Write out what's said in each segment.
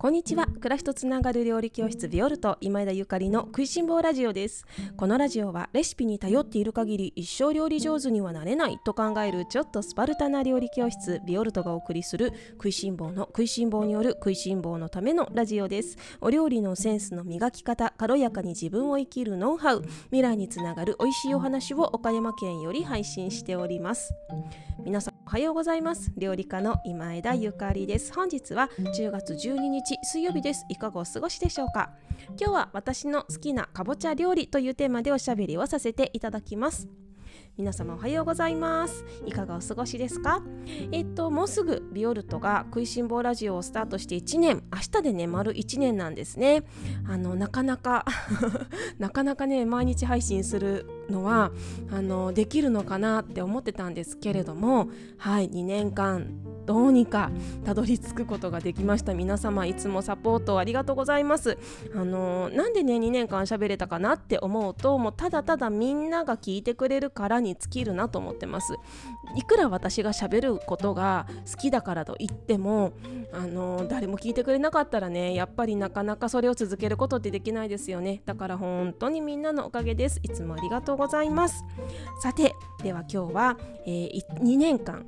こんにちは。暮らしとつながる料理教室ビオルト今枝ゆかりの食いしん坊ラジオです。このラジオはレシピに頼っている限り一生料理上手にはなれないと考えるちょっとスパルタな料理教室ビオルトがお送りする食いしん坊の食いしん坊による食いしん坊のためのラジオです。お料理のセンスの磨き方、軽やかに自分を生きるノウハウ、未来につながる美味しいお話を岡山県より配信しております。皆さんおはようございます。料理家の今枝ゆかりです。本日は10月12日水曜日です。いかがお過ごしでしょうか。今日は私の好きなかぼちゃ料理というテーマでおしゃべりをさせていただきます。皆様おはようございます。いかがお過ごしですか。もうすぐビオルトが食いしん坊ラジオをスタートして1年、明日でね丸1年なんですね。なかなかね毎日配信するのはできるのかなって思ってたんですけれども、はい2年間どうにかたどり着くことができました。皆様いつもサポートありがとうございます。なんでね2年間喋れたかなって思うと、もうただただみんなが聞いてくれるからに尽きるなと思ってます。いくら私が喋ることが好きだからといっても誰も聞いてくれなかったらね、やっぱりなかなかそれを続けることってできないですよね。だから本当にみんなのおかげです。いつもありがとうございます。さてでは今日は、2年間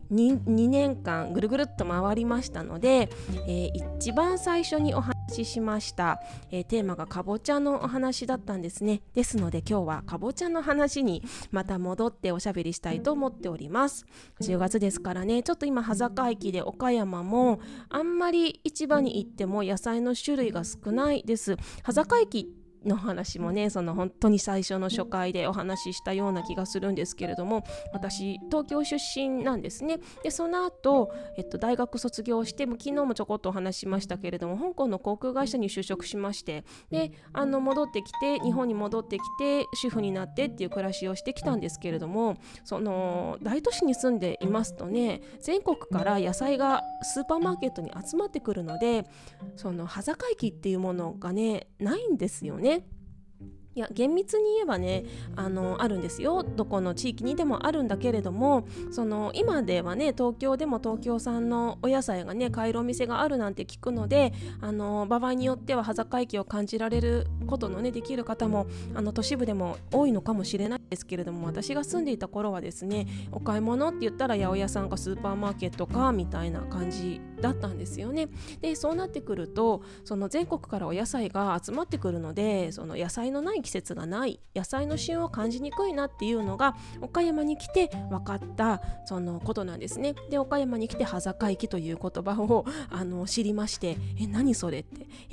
2年間ぐるぐるっと回りましたので、一番最初にお話ししました、テーマがかぼちゃのお話だったんですね。ですので今日はかぼちゃの話にまた戻っておしゃべりしたいと思っております。10月ですからね、ちょっと今端境期で岡山もあんまり市場に行っても野菜の種類が少ないです。端境期の話もね、その本当に最初の初回でお話ししたような気がするんですけれども、私東京出身なんですね。でその後、大学卒業して昨日もちょこっとお話ししましたけれども、香港の航空会社に就職しまして、で戻ってきて日本に戻ってきて主婦になってっていう暮らしをしてきたんですけれども、その大都市に住んでいますとね、全国から野菜がスーパーマーケットに集まってくるので、その端境期っていうものがねないんですよね。いや厳密に言えばねあるんですよ。どこの地域にでもあるんだけれども、その今ではね東京でも東京産のお野菜がね買えるお店があるなんて聞くので、場合によっては端境期を感じられることのねできる方も都市部でも多いのかもしれないですけれども、私が住んでいた頃はですね、お買い物って言ったら八百屋さんかスーパーマーケットかみたいな感じだったんですよね。でそうなってくると、その全国からお野菜が集まってくるので、その野菜のない季節がない、野菜の旬を感じにくいなっていうのが岡山に来て分かったそのことなんですね。で岡山に来て端境期という言葉を知りまして、何それって、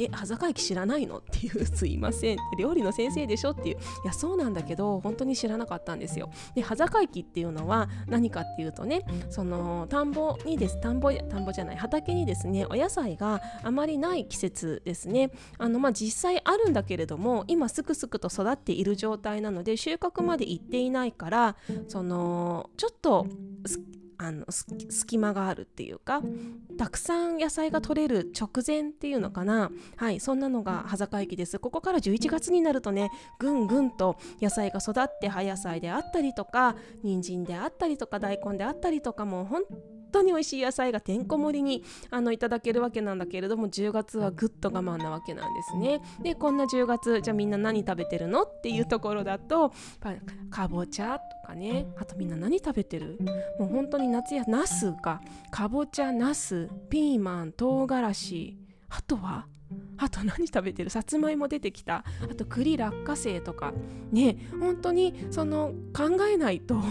端境期知らないのっていうすいません料理の先生でしょっていう、いやそうなんだけど本当に知らなかったんですよ。で端境期っていうのは何かっていうとね、その田んぼじゃない畑にですねお野菜があまりない季節ですね。実際あるんだけれども今すくすくと育っている状態なので収穫まで行っていないから、そのちょっと隙間があるっていうか、たくさん野菜が取れる直前っていうのかな、そんなのが端境期です。ここから11月になるとねぐんぐんと野菜が育って、葉野菜であったりとか人参であったりとか大根であったりとか、もう本当に美味しい野菜がてんこ盛りにいただけるわけなんだけれども、10月はぐっと我慢なわけなんですね。でこんな10月じゃあみんな何食べてるのっていうところだと、かぼちゃとかね、あとみんな何食べてる、もう本当に夏やナスかぼちゃ、ナス、ピーマン、唐辛子、あと何食べてる、さつまいも出てきた、あと栗、落花生とかね、本当にその考えないと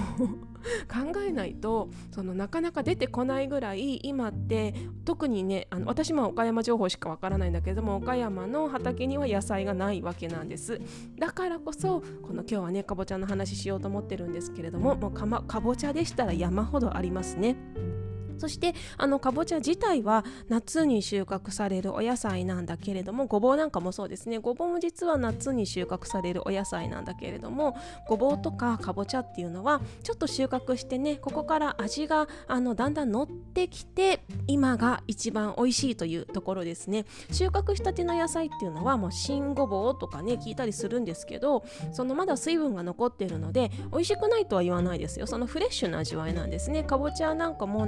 そのなかなか出てこないぐらい今って特にね私も岡山情報しかわからないんだけれども、岡山の畑には野菜がないわけなんです。だからこそ今日はねかぼちゃの話しようと思ってるんですけれども、もうかぼちゃでしたら山ほどありますね。そしてかぼちゃ自体は夏に収穫されるお野菜なんだけれども、ごぼうなんかもそうですね。ごぼうも実は夏に収穫されるお野菜なんだけれども、ごぼうとかかぼちゃっていうのはちょっと収穫してね、ここから味がだんだん乗ってきて今が一番美味しいというところですね。収穫したての野菜っていうのはもう新ごぼうとかね聞いたりするんですけど、そのまだ水分が残っているので美味しくないとは言わないですよ。そのフレッシュな味わいなんですね。かぼちゃなんかも夏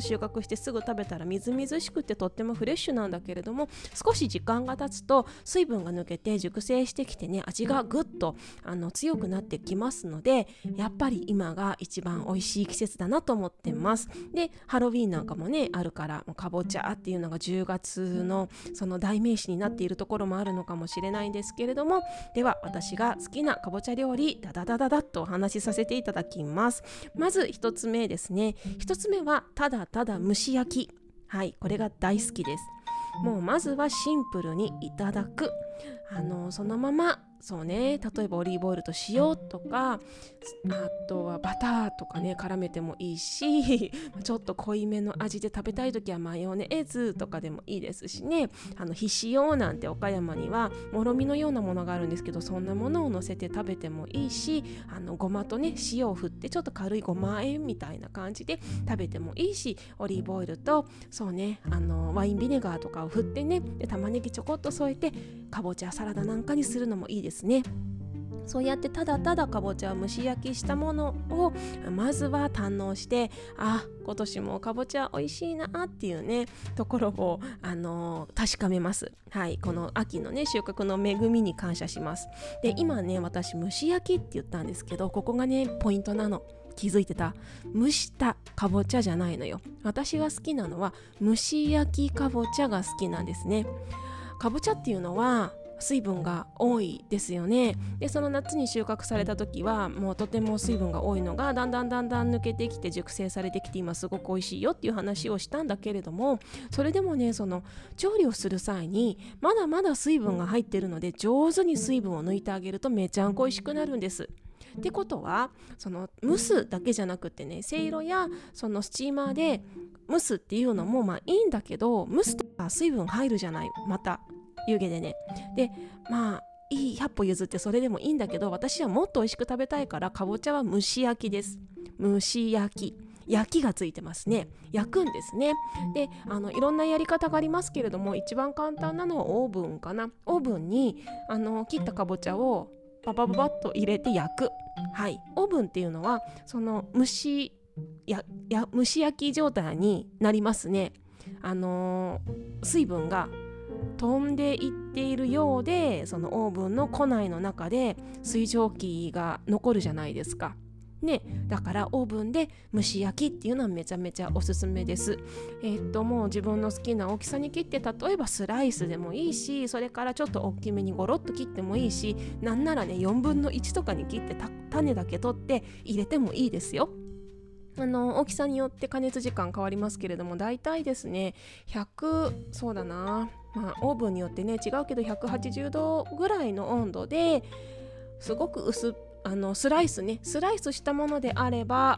収穫してすぐ食べたらみずみずしくてとってもフレッシュなんだけれども、少し時間が経つと水分が抜けて熟成してきてね、味がぐっと強くなってきますので、やっぱり今が一番美味しい季節だなと思ってます。でハロウィーンなんかもねあるから、かぼちゃっていうのが10月のその代名詞になっているところもあるのかもしれないんですけれども、では私が好きなかぼちゃ料理ダダダダダッとお話しさせていただきます。まず1つ目ですね。1つ目はただただ蒸し焼き。はい、これが大好きです。もうまずはシンプルにいただく、そのまま、そうね、例えばオリーブオイルと塩とか、あとはバターとかね絡めてもいいし、ちょっと濃いめの味で食べたい時はマヨネーズとかでもいいですしね、ひしおなんて岡山にはもろみのようなものがあるんですけど、そんなものを乗せて食べてもいいし、ごまとね塩を振ってちょっと軽いごまあえみたいな感じで食べてもいいし、オリーブオイルとそうねワインビネガーとかを振ってね、で玉ねぎちょこっと添えてかぼちゃサラダなんかにするのもいいですね。そうやってただただかぼちゃを蒸し焼きしたものをまずは堪能して、今年もかぼちゃ美味しいなっていうねところを、確かめます。はい、この秋のね収穫の恵みに感謝します。で今ね私蒸し焼きって言ったんですけど、ここがねポイントなの。気づいてた？蒸したかぼちゃじゃないのよ。私が好きなのは蒸し焼きかぼちゃが好きなんですね。かぼちゃっていうのは水分が多いですよね。でその夏に収穫された時はもうとても水分が多いのがだんだん抜けてきて熟成されてきて、今すごく美味しいよっていう話をしたんだけれども、それでもねその調理をする際にまだまだ水分が入っているので、上手に水分を抜いてあげるとめちゃんこ美味しくなるんです。ってことはその蒸すだけじゃなくてね、せいろやそのスチーマーで蒸すっていうのもいいんだけど、蒸すと水分入るじゃない、また湯気でね。でいい100歩譲ってそれでもいいんだけど、私はもっと美味しく食べたいからかぼちゃは蒸し焼きです。蒸し焼き、焼きがついてますね。焼くんですね。でいろんなやり方がありますけれども、一番簡単なのはオーブンかな。オーブンに切ったかぼちゃをパパパパッと入れて焼く。はい、オーブンっていうのはその蒸し焼き状態になりますね。水分が飛んでいっているようで、そのオーブンの庫内の中で水蒸気が残るじゃないですかね。だからオーブンで蒸し焼きっていうのはめちゃめちゃおすすめです。もう自分の好きな大きさに切って、例えばスライスでもいいし、それからちょっと大きめにゴロッと切ってもいいし、なんならね4分の1とかに切って種だけ取って入れてもいいですよ。大きさによって加熱時間変わりますけれども、だいたいですねそうだな、オーブンによってね違うけど180度ぐらいの温度ですごくスライスしたものであれば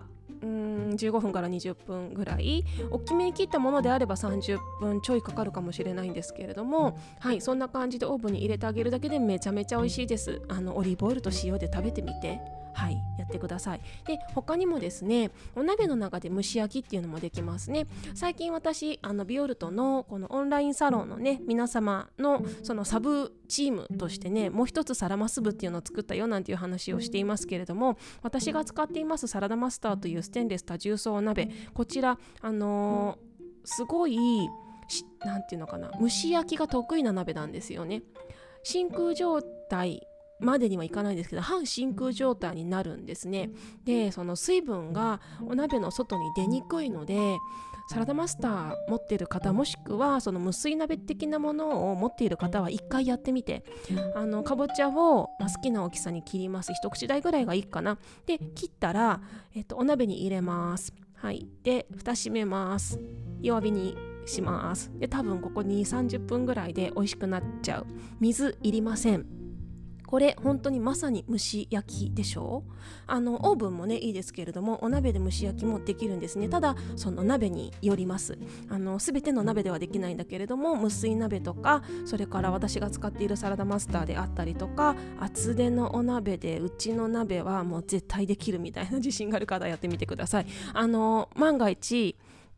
15分から20分ぐらい、大きめに切ったものであれば30分ちょいかかるかもしれないんですけれども、はい、そんな感じでオーブンに入れてあげるだけでめちゃめちゃ美味しいです。オリーブオイルと塩で食べてみて、はい、やってください。で他にもですね、お鍋の中で蒸し焼きっていうのもできますね。最近私ビオルトのこのオンラインサロンのね皆様のそのサブチームとしてね、もう一つサラマス部っていうのを作ったよなんていう話をしていますけれども、私が使っていますサラダマスターというステンレス多重層鍋、こちらすごいなんていうのかな、蒸し焼きが得意な鍋なんですよね。真空状態までにはいかないんですけど、半真空状態になるんですね。でその水分がお鍋の外に出にくいので、サラダマスター持っている方、もしくはその無水鍋的なものを持っている方は一回やってみて、かぼちゃを、好きな大きさに切ります。一口大ぐらいがいいかな。で切ったら、お鍋に入れます。はい、で蓋閉めます。弱火にします。で多分ここに30分ぐらいで美味しくなっちゃう。水いりません。これ本当にまさに蒸し焼きでしょ。オーブンもねいいですけれども、お鍋で蒸し焼きもできるんですね。ただその鍋によります。全ての鍋ではできないんだけれども、無水鍋とか、それから私が使っているサラダマスターであったりとか、厚手のお鍋でうちの鍋はもう絶対できるみたいな自信がある方やってみてください。万が一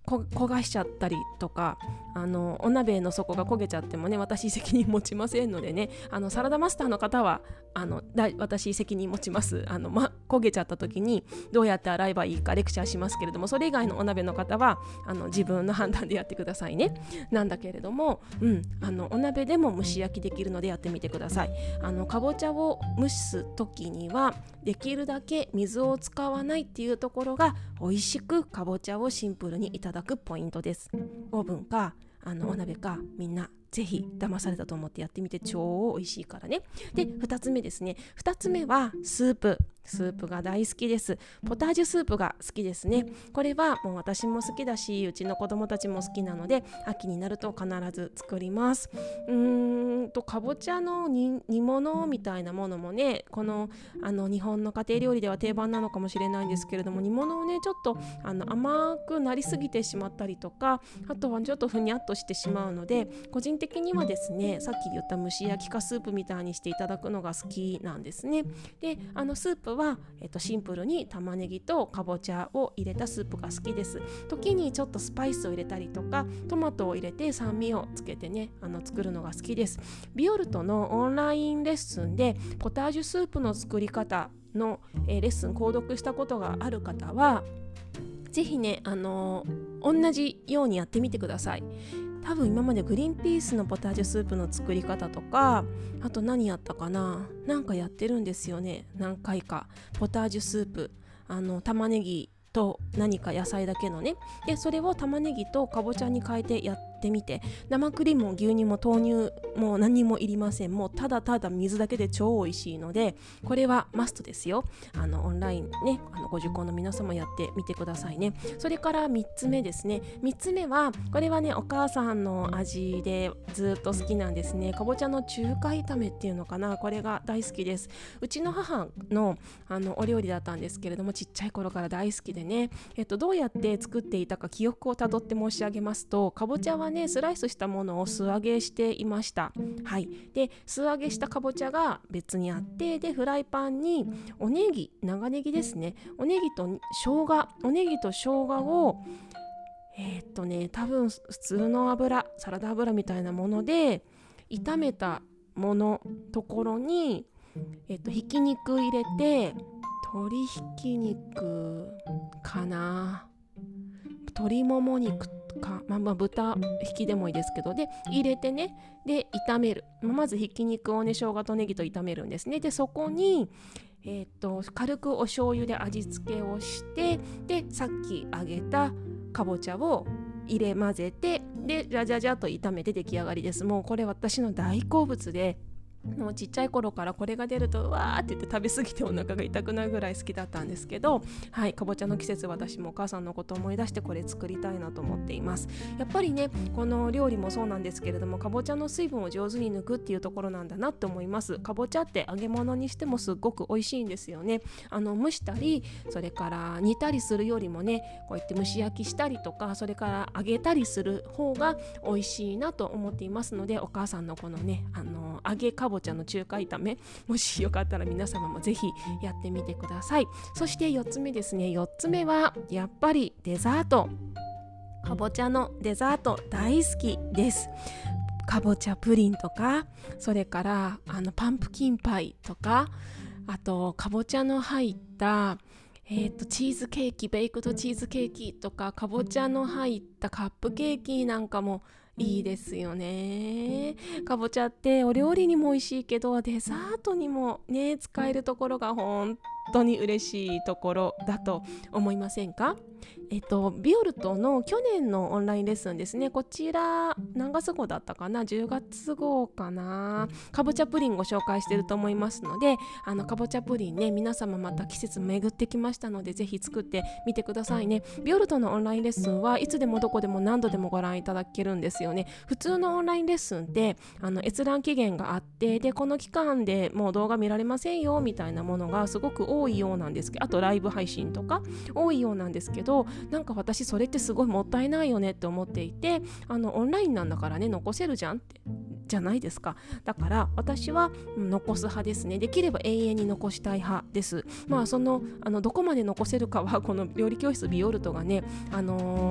焦がしちゃったりとかお鍋の底が焦げちゃってもね私責任持ちませんのでね、サラダマスターの方は私責任持ちます。焦げちゃった時にどうやって洗えばいいかレクチャーしますけれども、それ以外のお鍋の方は自分の判断でやってくださいね。なんだけれども、お鍋でも蒸し焼きできるのでやってみてください。かぼちゃを蒸す時にはできるだけ水を使わないっていうところが美味しくかぼちゃをシンプルにいただくポイントです。オーブンかお鍋かみんなぜひ騙されたと思ってやってみて、超美味しいからね。で2つ目ですね。2つ目はスープが大好きです。ポタージュスープが好きですね。これはもう私も好きだしうちの子供たちも好きなので秋になると必ず作ります。かぼちゃの煮物みたいなものもねこの日本の家庭料理では定番なのかもしれないんですけれども、煮物をねちょっと甘くなりすぎてしまったりとか、あとはちょっとふにゃっとしてしまうので、個人的にはですねさっき言った蒸し焼きかスープみたいにしていただくのが好きなんですね。でスープはシンプルに玉ねぎとかぼちゃを入れたスープが好きです。時にちょっとスパイスを入れたりとかトマトを入れて酸味をつけてね作るのが好きです。ビオルトのオンラインレッスンでポタージュスープの作り方の、レッスン購読したことがある方はぜひね同じようにやってみてください。多分今までグリーンピースのポタージュスープの作り方とか、あと何やったかな、なんかやってるんですよね。何回かポタージュスープ玉ねぎと何か野菜だけのね、でそれを玉ねぎとかぼちゃに変えてやってみて、生クリームも牛乳も豆乳も何もいりません。もうただただ水だけで超美味しいのでこれはマストですよ。オンラインねご受講の皆様やってみてくださいね。それから3つ目ですね。3つ目はこれはねお母さんの味でずっと好きなんですね。かぼちゃの中華炒めっていうのかな、これが大好きです。うちの母のお料理だったんですけれども、ちっちゃい頃から大好きでね、どうやって作っていたか記憶をたどって申し上げますと、かぼちゃはねスライスしたものを素揚げしていました。はい。で素揚げしたかぼちゃが別にあって、でフライパンにおネギ、長ネギですね、おネギと生姜を多分普通の油、サラダ油みたいなもので炒めたものところにひき肉入れて、鶏ひき肉かな、鶏もも肉か、豚ひきでもいいですけど、で入れてね、で炒める。まずひき肉をね生姜とネギと炒めるんですね。でそこに軽くお醤油で味付けをして、でさっき揚げたかぼちゃを入れ混ぜて、でじゃじゃじゃと炒めて出来上がりです。もうこれ私の大好物で、もうちっちゃい頃からこれが出るとわーって言って食べ過ぎてお腹が痛くなるぐらい好きだったんですけど、はい、かぼちゃの季節、私もお母さんのことを思い出してこれ作りたいなと思っています。やっぱりねこの料理もそうなんですけれども、かぼちゃの水分を上手に抜くっていうところなんだなって思います。かぼちゃって揚げ物にしてもすっごく美味しいんですよね。蒸したりそれから煮たりするよりもね、こうやって蒸し焼きしたりとか、それから揚げたりする方が美味しいなと思っていますので、お母さんのこのね揚げかぼちゃの中華炒め、もしよかったら皆様もぜひやってみてください。そして4つ目ですね。4つ目はやっぱりデザート。かぼちゃのデザート大好きです。かぼちゃプリンとか、それからパンプキンパイとか、あとかぼちゃの入ったチーズケーキ、ベイクドチーズケーキとか、かぼちゃの入ったカップケーキなんかもいいですよね。かぼちゃってお料理にも美味しいけどデザートにもね使えるところが本当に嬉しいところだと思いませんか？ビオルトの去年のオンラインレッスンですね。こちら何月号だったかな、10月号かな、かぼちゃプリンご紹介してると思いますので、かぼちゃプリンね、皆様また季節巡ってきましたのでぜひ作ってみてくださいね。ビオルトのオンラインレッスンはいつでもどこでも何度でもご覧いただけるんですよね。普通のオンラインレッスンって閲覧期限があって、でこの期間でもう動画見られませんよみたいなものがすごく多いようなんですけど、あとライブ配信とか多いようなんですけど、なんか私それってすごいもったいないよねって思っていて、オンラインなんだからね残せるじゃんってじゃないですか。だから私は残す派ですね。できれば永遠に残したい派です。どこまで残せるかはこの料理教室ビオルトがね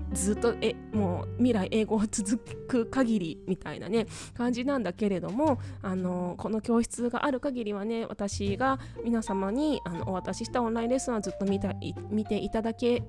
ずっともう未来英語を続く限りみたいなね感じなんだけれども、この教室がある限りはね、私が皆様にお渡ししたオンラインレッスンはずっと見ていただけ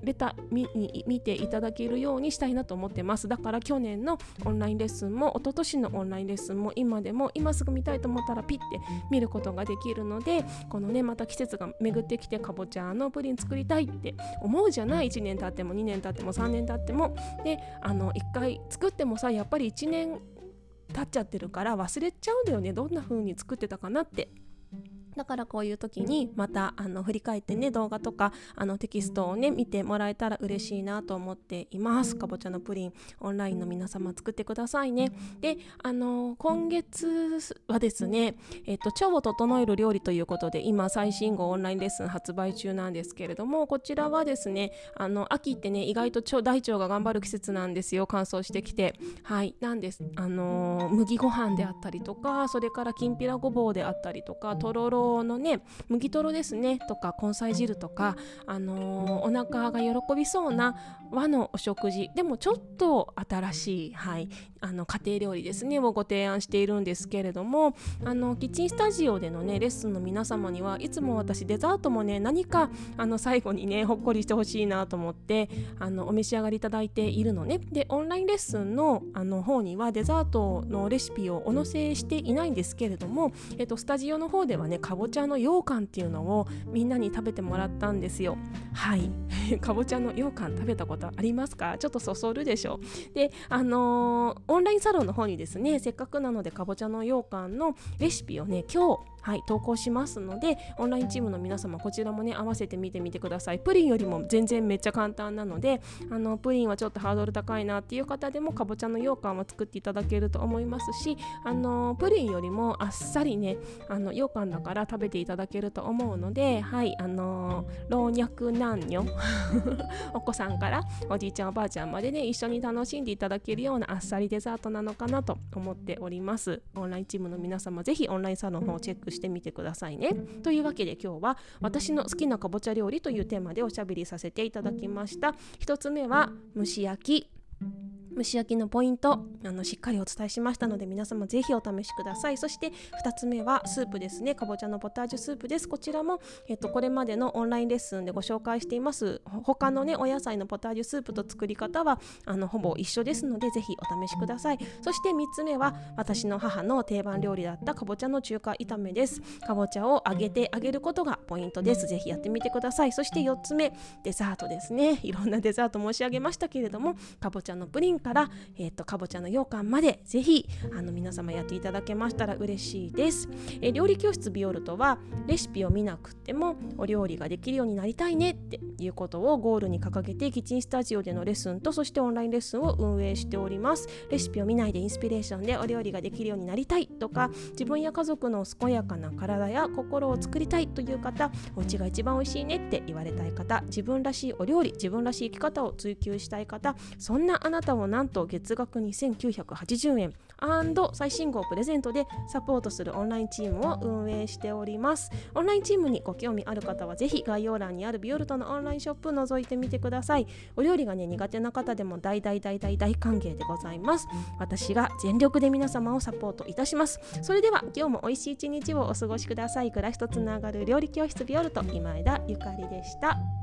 るようにしたいなと思ってます。だから去年のオンラインレッスンも一昨年のオンラインレッスンも今すぐ見たいと思ったらピッて見ることができるので、このねまた季節が巡ってきてかぼちゃのプリン作りたいって思うじゃない。1年経っても2年経っても3年経ってもで、1回作ってもさ、やっぱり1年経っちゃってるから忘れちゃうんだよね、どんな風に作ってたかなって。だからこういう時にまた振り返ってね、動画とかテキストをね見てもらえたら嬉しいなと思っています。かぼちゃのプリンオンラインの皆様作ってくださいね。で今月はですね、腸を整える料理ということで今最新号オンラインレッスン発売中なんですけれども、こちらはですね秋ってね意外と大腸が頑張る季節なんですよ。乾燥してきて、はいなんです。麦ご飯であったりとか、それからきんぴらごぼうであったりとか、とろろのね麦とろですねとか根菜汁とか、お腹が喜びそうな和のお食事でもちょっと新しい、家庭料理ですねをご提案しているんですけれども、キッチンスタジオでのねレッスンの皆様にはいつも私デザートもね何か最後にねほっこりしてほしいなと思ってお召し上がりいただいているのね。でオンラインレッスンの方にはデザートのレシピをお載せしていないんですけれども、スタジオの方ではねかぼちゃの羊羹っていうのをみんなに食べてもらったんですよ。はいかぼちゃの羊羹食べたことありますか？ちょっとそそるでしょ。でオンラインサロンの方にですね、せっかくなのでかぼちゃの羊羹のレシピをね今日投稿しますので、オンラインチームの皆様こちらもね合わせて見てみてください。プリンよりも全然めっちゃ簡単なので、プリンはちょっとハードル高いなっていう方でもかぼちゃの羊羹は作っていただけると思いますし、プリンよりもあっさりね羊羹だから食べていただけると思うので、老若男女お子さんからおじいちゃんおばあちゃんまでね一緒に楽しんでいただけるようなあっさりデザートなのかなと思っております。オンラインチームの皆様ぜひオンラインサロンの方をチェックしてみてくださいね。というわけで今日は私の好きなかぼちゃ料理というテーマでおしゃべりさせていただきました。一つ目は蒸し焼きのポイントしっかりお伝えしましたので皆様ぜひお試しください。そして2つ目はスープですね。かぼちゃのポタージュスープです。こちらも、これまでのオンラインレッスンでご紹介しています他のねお野菜のポタージュスープと作り方はほぼ一緒ですのでぜひお試しください。そして3つ目は私の母の定番料理だったかぼちゃの中華炒めです。かぼちゃを揚げてあげることがポイントです。ぜひやってみてください。そして4つ目デザートですね。いろんなデザート申し上げましたけれども、かぼちゃのプリンから、かぼちゃの羊羹までぜひ皆様やっていただけましたら嬉しいです。料理教室ビオルトはレシピを見なくてもお料理ができるようになりたいねっていうことをゴールに掲げてキッチンスタジオでのレッスンとそしてオンラインレッスンを運営しております。レシピを見ないでインスピレーションでお料理ができるようになりたいとか、自分や家族の健やかな体や心を作りたいという方、お家が一番おいしいねって言われたい方、自分らしいお料理、自分らしい生き方を追求したい方、そんなあなたをなんと月額2980円&最新号プレゼントでサポートするオンラインチームを運営しております。オンラインチームにご興味ある方はぜひ概要欄にあるビオルトのオンラインショップ覗いてみてください。お料理がね苦手な方でも大歓迎でございます。私が全力で皆様をサポートいたします。それでは今日も美味しい一日をお過ごしください。暮らしとつながる料理教室ビオルト今枝ゆかりでした。